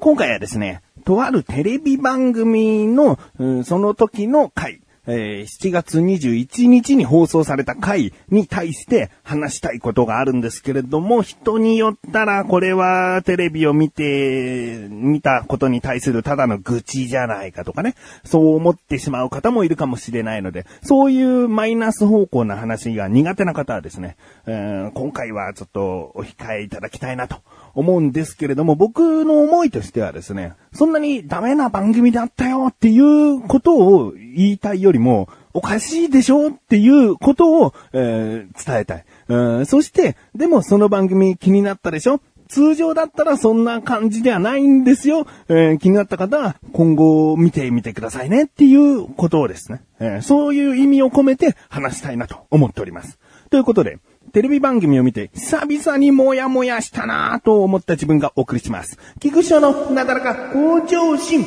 今回はですね、とあるテレビ番組の、その時の回、7月21日に放送された回に対して話したいことがあるんですけれども、人によったらこれはテレビを見たことに対するただの愚痴じゃないかとかね、そう思ってしまう方もいるかもしれないので、そういうマイナス方向な話が苦手な方はですね、今回はちょっとお控えいただきたいなと思うんですけれども、僕の思いとしてはですね、そんなにダメな番組だったよっていうことを言いたいよりも、おかしいでしょっていうことを、伝えたい。そして、でもその番組気になったでしょ？通常だったらそんな感じではないんですよ。気になった方は今後見てみてくださいねっていうことをですね、そういう意味を込めて話したいなと思っております。ということで、テレビ番組を見て久々にモヤモヤしたなぁと思った自分がお送りします。菊池のなだらか向上心。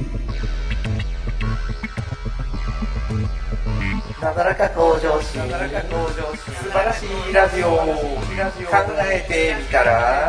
なだらか向上心。素晴らしいラジオを考えてみたら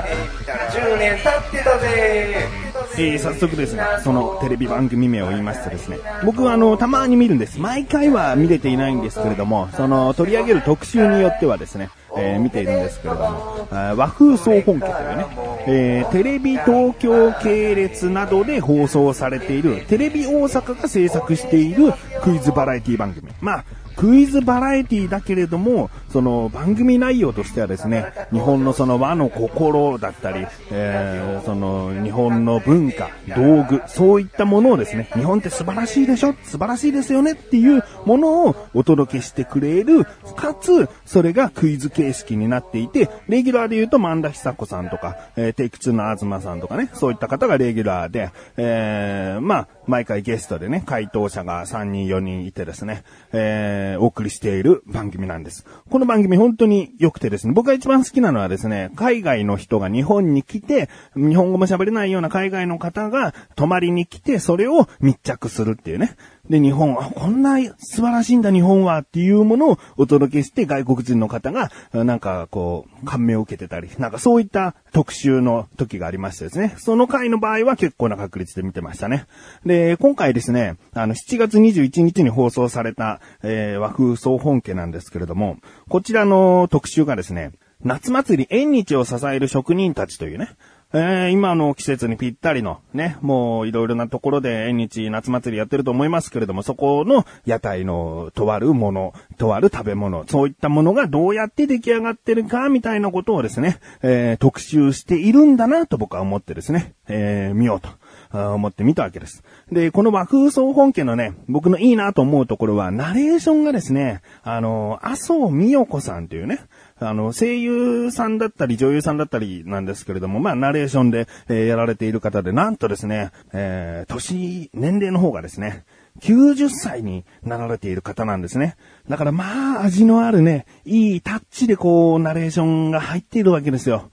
10年経ってたぜ。 早速ですが、そのテレビ番組名を言いますとですね、僕はたまに見るんです。毎回は見れていないんですけれども、その取り上げる特集によってはですね、見ているんですけれども、和風総本家というね、テレビ東京系列などで放送されているテレビ大阪が制作しているクイズバラエティ番組。まあクイズバラエティだけれども、その番組内容としてはですね、日本のその和の心だったり、その日本の文化、道具、そういったものをですね、日本って素晴らしいでしょ、素晴らしいですよねっていうものをお届けしてくれる、かつ、それがクイズ形式になっていて、レギュラーで言うと萬田久子さんとか、テイク2の東さんとかね、そういった方がレギュラーで、毎回ゲストでね、回答者が3人4人いてですね、お送りしている番組なんです。この番組本当に良くてですね、僕が一番好きなのはですね、海外の人が日本に来て、日本語も喋れないような海外の方が泊まりに来て、それを密着するっていうね。で、日本、こんな素晴らしいんだ日本はっていうものをお届けして外国人の方が、なんかこう、感銘を受けてたり、なんかそういった特集の時がありましてですね、その回の場合は結構な確率で見てましたね。で、今回ですね、7月21日に放送された、和風総本家なんですけれども、こちらの特集がですね、夏祭り縁日を支える職人たちというね、今の季節にぴったりのね、もういろいろなところで縁日夏祭りやってると思いますけれども、そこの屋台のとあるもの、とある食べ物、そういったものがどうやって出来上がってるかみたいなことをですね、特集しているんだなと僕は思ってですね、見ようと。思って見たわけです。で、この和風総本家のね、僕のいいなと思うところは、ナレーションがですね、麻生美代子さんというね、声優さんだったり女優さんだったりなんですけれども、ナレーションで、やられている方で、なんとですね、年齢の方がですね、90歳になられている方なんですね。だから味のあるね、いいタッチでこう、ナレーションが入っているわけですよ。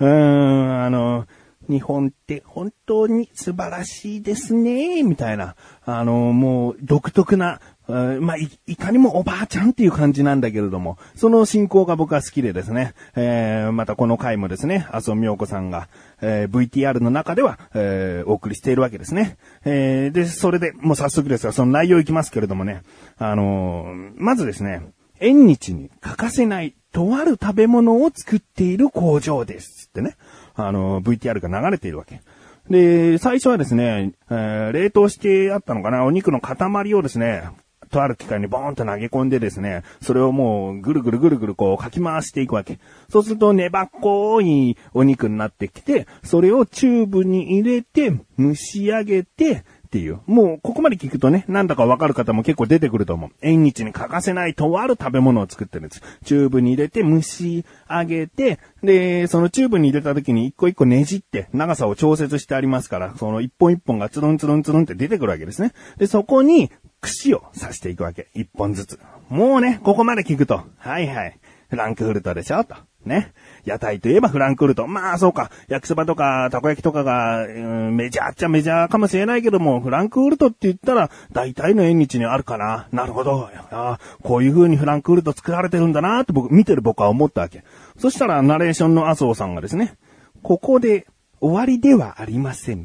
日本って本当に素晴らしいですね、みたいな。もう独特な、いかにもおばあちゃんっていう感じなんだけれども、その進行が僕は好きでですね、またこの回もですね、麻生美代子さんが、VTR の中では、お送りしているわけですね。で、それでもう早速ですが、その内容いきますけれどもね、まずですね、縁日に欠かせないとある食べ物を作っている工場ですってね。VTR が流れているわけ。で、最初はですね、冷凍してあったのかな、お肉の塊をですね、とある機械にボーンと投げ込んでですね、それをもうぐるぐるこうかき回していくわけ。そうすると粘っこいお肉になってきて、それをチューブに入れて蒸し上げて、っていう。もう、ここまで聞くとね、なんだかわかる方も結構出てくると思う。縁日に欠かせないとある食べ物を作ってるんです。チューブに入れて蒸し上げて、で、そのチューブに入れた時に一個一個ねじって長さを調節してありますから、その一本一本がツルンツルンツルンって出てくるわけですね。で、そこに串を刺していくわけ。一本ずつ。もうね、ここまで聞くと、はいはい。フランクフルトでしょと。ね。屋台といえばフランクフルト。そうか。焼きそばとか、たこ焼きとかが、メジャーっちゃメジャーかもしれないけども、フランクフルトって言ったら、大体の縁日にあるかな。なるほど。こういう風にフランクフルト作られてるんだなって見てる僕は思ったわけ。そしたら、ナレーションの麻生さんがですね、ここで終わりではありません。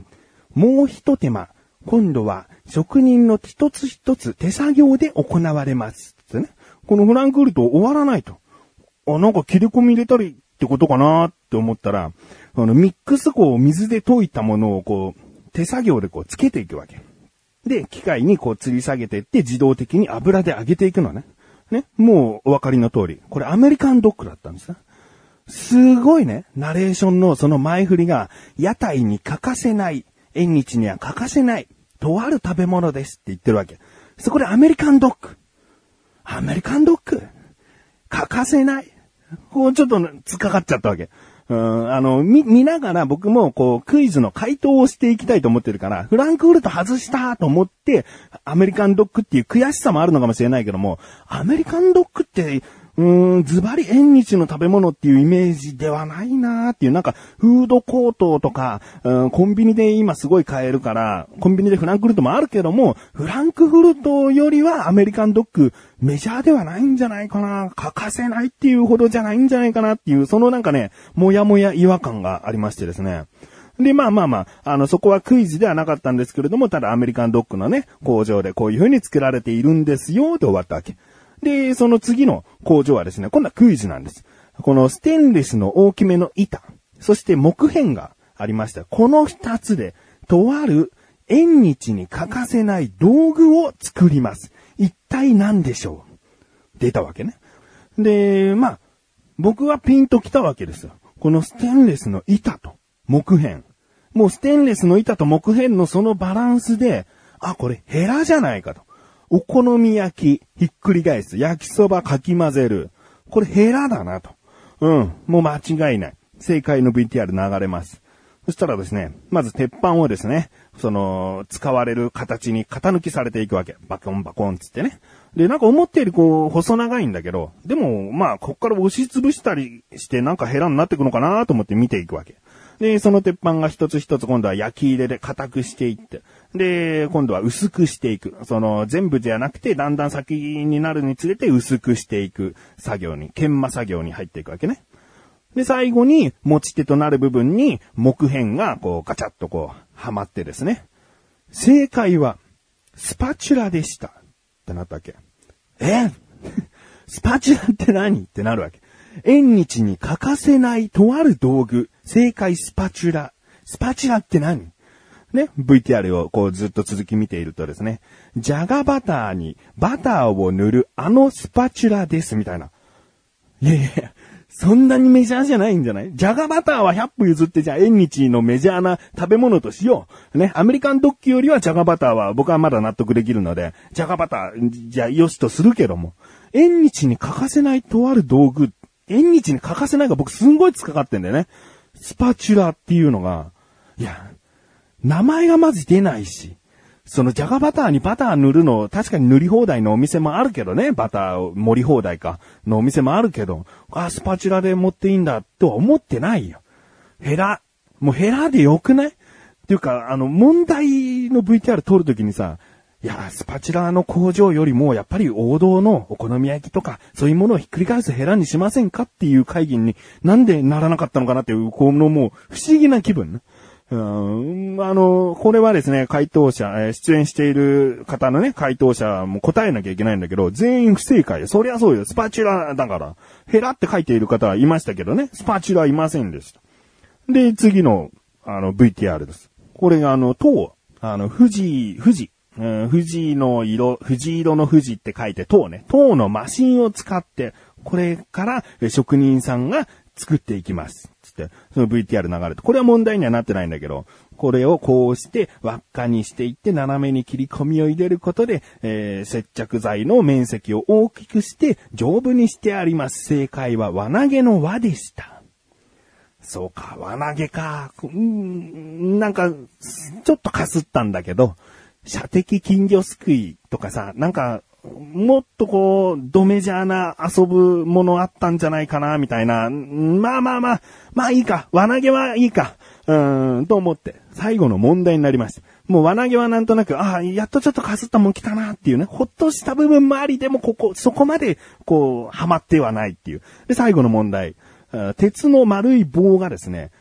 もう一手間、今度は職人の一つ一つ手作業で行われます。ってね。このフランクフルト終わらないと。なんか切れ込み入れたりってことかなって思ったら、ミックス粉を水で溶いたものを手作業でつけていくわけ。で、機械に吊り下げていって自動的に油で揚げていくのね。ね。もうお分かりの通り。これアメリカンドッグだったんですね。すごいね、ナレーションのその前振りが、屋台に欠かせない、縁日には欠かせない、とある食べ物ですって言ってるわけ。そこでアメリカンドッグ。アメリカンドッグ欠かせない。ちょっと突っかかっちゃったわけ。見ながら僕もクイズの回答をしていきたいと思ってるから、フランクフルト外したと思って、アメリカンドッグっていう悔しさもあるのかもしれないけども、アメリカンドッグって、ズバリ縁日の食べ物っていうイメージではないなーっていう、なんか、フードコートとか、コンビニで今すごい買えるから、コンビニでフランクフルトもあるけども、フランクフルトよりはアメリカンドッグメジャーではないんじゃないかな、欠かせないっていうほどじゃないんじゃないかなっていう、そのなんかね、もやもや違和感がありましてですね。で、そこはクイズではなかったんですけれども、ただアメリカンドッグのね、工場でこういう風に作られているんですよ、で終わったわけ。で、その次の工場はですね、今度はクイズなんです。このステンレスの大きめの板、そして木片がありました。この二つで、とある縁日に欠かせない道具を作ります。一体何でしょう？出たわけね。で、僕はピンときたわけですよ。このステンレスの板と木片。もうステンレスの板と木片のそのバランスで、これヘラじゃないかと。お好み焼き、ひっくり返す。焼きそばかき混ぜる。これヘラだなと。もう間違いない。正解の VTR 流れます。そしたらですね、まず鉄板をですね、使われる形に型抜きされていくわけ。バコンバコンつってね。で、なんか思ったより細長いんだけど、でも、こっから押しつぶしたりしてなんかヘラになっていくのかなと思って見ていくわけ。で、その鉄板が一つ一つ今度は焼き入れで硬くしていって、で、今度は薄くしていく。全部じゃなくて、だんだん先になるにつれて薄くしていく作業に、研磨作業に入っていくわけね。で、最後に持ち手となる部分に木片がガチャッとはまってですね。正解は、スパチュラでした。ってなったわけ。スパチュラって何ってなるわけ。縁日に欠かせないとある道具。正解スパチュラ。スパチュラって何？ね、VTR をずっと続き見ているとですね、じゃがバターにバターを塗るスパチュラですみたいな。いや、そんなにメジャーじゃないんじゃない？じゃがバターは100歩譲ってじゃあ縁日のメジャーな食べ物としよう。ね、アメリカンドッグよりはじゃがバターは僕はまだ納得できるので、じゃがバター、じゃあよしとするけども、縁日に欠かせないとある道具、縁日に欠かせないが僕すんごい突っかかってんだよね。スパチュラっていうのが、名前がまず出ないし、そのじゃがバターにバター塗るの、確かに塗り放題のお店もあるけどね、バターを盛り放題か、のお店もあるけど、スパチュラで持っていいんだ、とは思ってないよ。もうヘラでよくない？っていうか、問題の VTR 撮るときにさ、スパチュラの工場よりも、やっぱり王道のお好み焼きとか、そういうものをひっくり返すヘラにしませんかっていう会議になんでならなかったのかなっていう、このもう不思議な気分ね。これはですね、回答者、出演している方のね、回答者も答えなきゃいけないんだけど、全員不正解。そりゃそうよ。スパチュラだから。ヘラって書いている方はいましたけどね、スパチュラいませんでした。で、次の、VTR です。これが糖、富士の色、藤色の富士って書いて糖ね。糖のマシンを使って、これから職人さんが作っていきます。つって、その VTR 流れて、これは問題にはなってないんだけど、これをこうして輪っかにしていって斜めに切り込みを入れることで、接着剤の面積を大きくして丈夫にしてあります。正解は輪投げの輪でした。そうか、輪投げか。なんか、ちょっとかすったんだけど、射的金魚すくいとかさ、なんか、もっとドメジャーな遊ぶものあったんじゃないかな、みたいな。まあいいか。輪投げはいいか。と思って、最後の問題になりました。もう輪投げはなんとなく、やっとちょっとかすったもん来たなっていうね、ほっとした部分もありでもそこまで、はまってはないっていう。で、最後の問題。鉄の丸い棒がですね、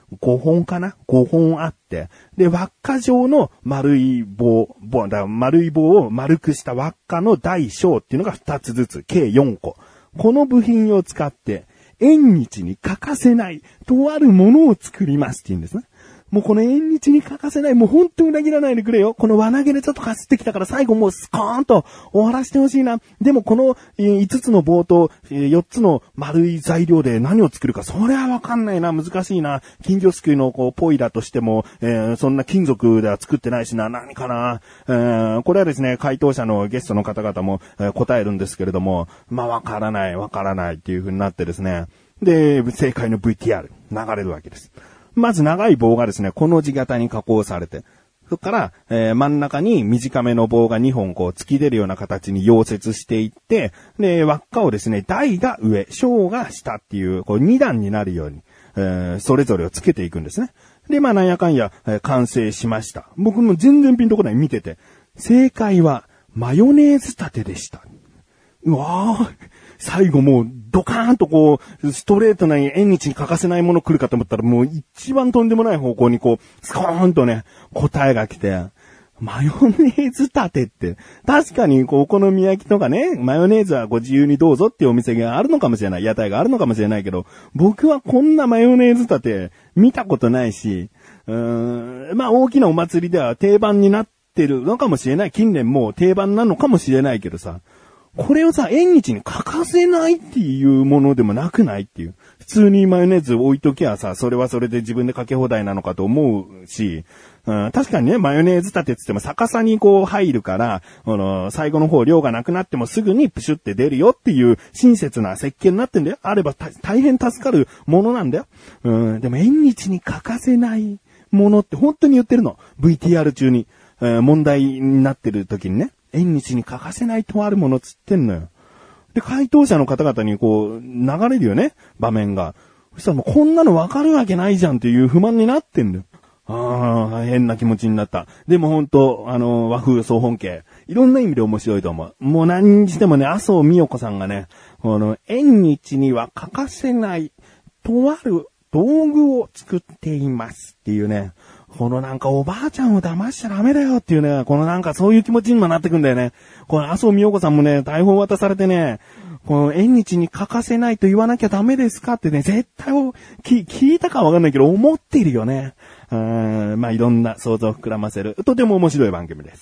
5本かな ?5 本あって、で、輪っか状の丸い棒を丸くした輪っかの大小っていうのが2つずつ、計4個。この部品を使って、縁日に欠かせない、とあるものを作りますって言うんですね。もうこの縁日に欠かせない、もう本当に裏切らないでくれよ。この輪投げでちょっとかすってきたから最後もうスコーンと終わらせてほしいな。でもこの5つの棒と4つの丸い材料で何を作るか、それはわかんないな、難しいな。金魚すくいのポイだとしても、そんな金属では作ってないしな、何かな。これはですね、回答者のゲストの方々も、答えるんですけれども、まあわからないっていう風になってですね。で、正解の VTR 流れるわけです。まず長い棒がですね、この字型に加工されて、そこから、真ん中に短めの棒が2本突き出るような形に溶接していって、で、輪っかをですね、大が上、小が下っていう、2段になるように、それぞれをつけていくんですね。で、まあなんやかんや、完成しました。僕も全然ピンとこない見てて。正解は、マヨネーズ立てでした。うわー。最後もうドカーンとストレートな縁日に欠かせないもの来るかと思ったらもう一番とんでもない方向にスコーンとね、答えが来て、マヨネーズ立てって、確かにお好み焼きとかね、マヨネーズはご自由にどうぞっていうお店があるのかもしれない、屋台があるのかもしれないけど、僕はこんなマヨネーズ立て見たことないし、まあ大きなお祭りでは定番になってるのかもしれない、近年もう定番なのかもしれないけどさ、これをさ、縁日に欠かせないっていうものでもなくないっていう。普通にマヨネーズ置いときゃさ、それはそれで自分でかけ放題なのかと思うし、確かにね、マヨネーズ立てって言っても逆さに入るから、最後の方量がなくなってもすぐにプシュって出るよっていう親切な設計になってんだよ。あれば大変助かるものなんだよ。でも縁日に欠かせないものって本当に言ってるの。VTR 中に、問題になってる時にね。縁日に欠かせないとあるものつってんのよ。で、回答者の方々に流れるよね、場面が。そしたらもうこんなのわかるわけないじゃんっていう不満になってんだよ。変な気持ちになった。でもほんと、和風総本家、いろんな意味で面白いと思う。もう何にしてもね、麻生美代子さんがね、縁日には欠かせない、とある道具を作っていますっていうね、なんかおばあちゃんを騙しちゃダメだよっていうね、なんかそういう気持ちにもなってくんだよね。麻生美代子さんもね、台本渡されてね、縁日に欠かせないと言わなきゃダメですかってね、絶対聞いたかわかんないけど思っているよね。まあいろんな想像を膨らませる、とても面白い番組です。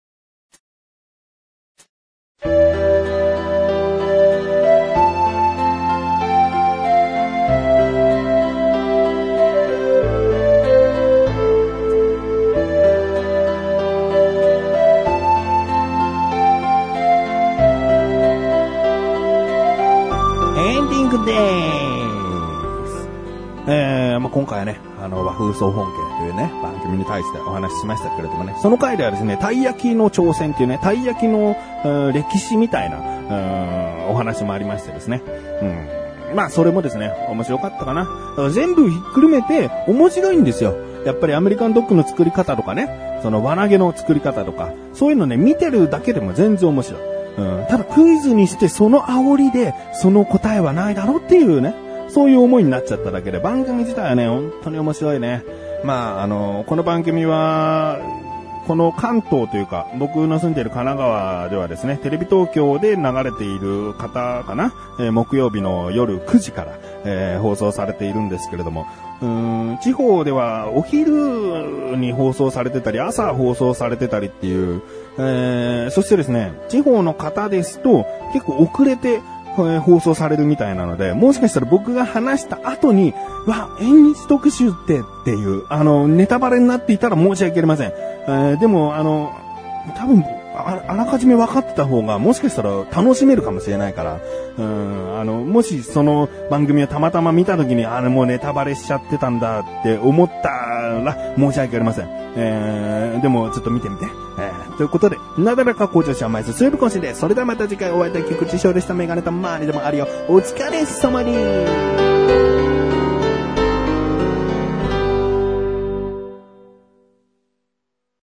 まあ、今回はね、和風総本家というね、番組に対してお話ししましたけれどもね、その回ではですね、たい焼きの挑戦っていうね、たい焼きの歴史みたいなお話もありましてですね、まあ、それもですね、面白かったかな。全部ひっくるめて面白いんですよ。やっぱりアメリカンドッグの作り方とかね、その輪投げの作り方とか、そういうのね、見てるだけでも全然面白い。ただクイズにしてその煽りでその答えはないだろうっていうね、そういう思いになっちゃっただけで、番組自体はね、本当に面白いね。まあ、この番組は、この関東というか、僕の住んでいる神奈川ではですね、テレビ東京で流れている方かな、木曜日の夜9時から、放送されているんですけれども、地方ではお昼に放送されてたり、朝放送されてたりっていう、そしてですね、地方の方ですと結構遅れて放送されるみたいなので、もしかしたら僕が話した後に、縁日特集っていう、ネタバレになっていたら申し訳ありません。でも、多分、あらかじめ分かってた方が、もしかしたら楽しめるかもしれないから、もしその番組をたまたま見たときに、もうネタバレしちゃってたんだって思ったら、申し訳ありません。でも、ちょっと見てみて。ということで、なだらか向上心甘いす、水分更新です。それではまた次回お会いいたい菊池翔でした。メガネと周りでもあるよ。お疲れ様に。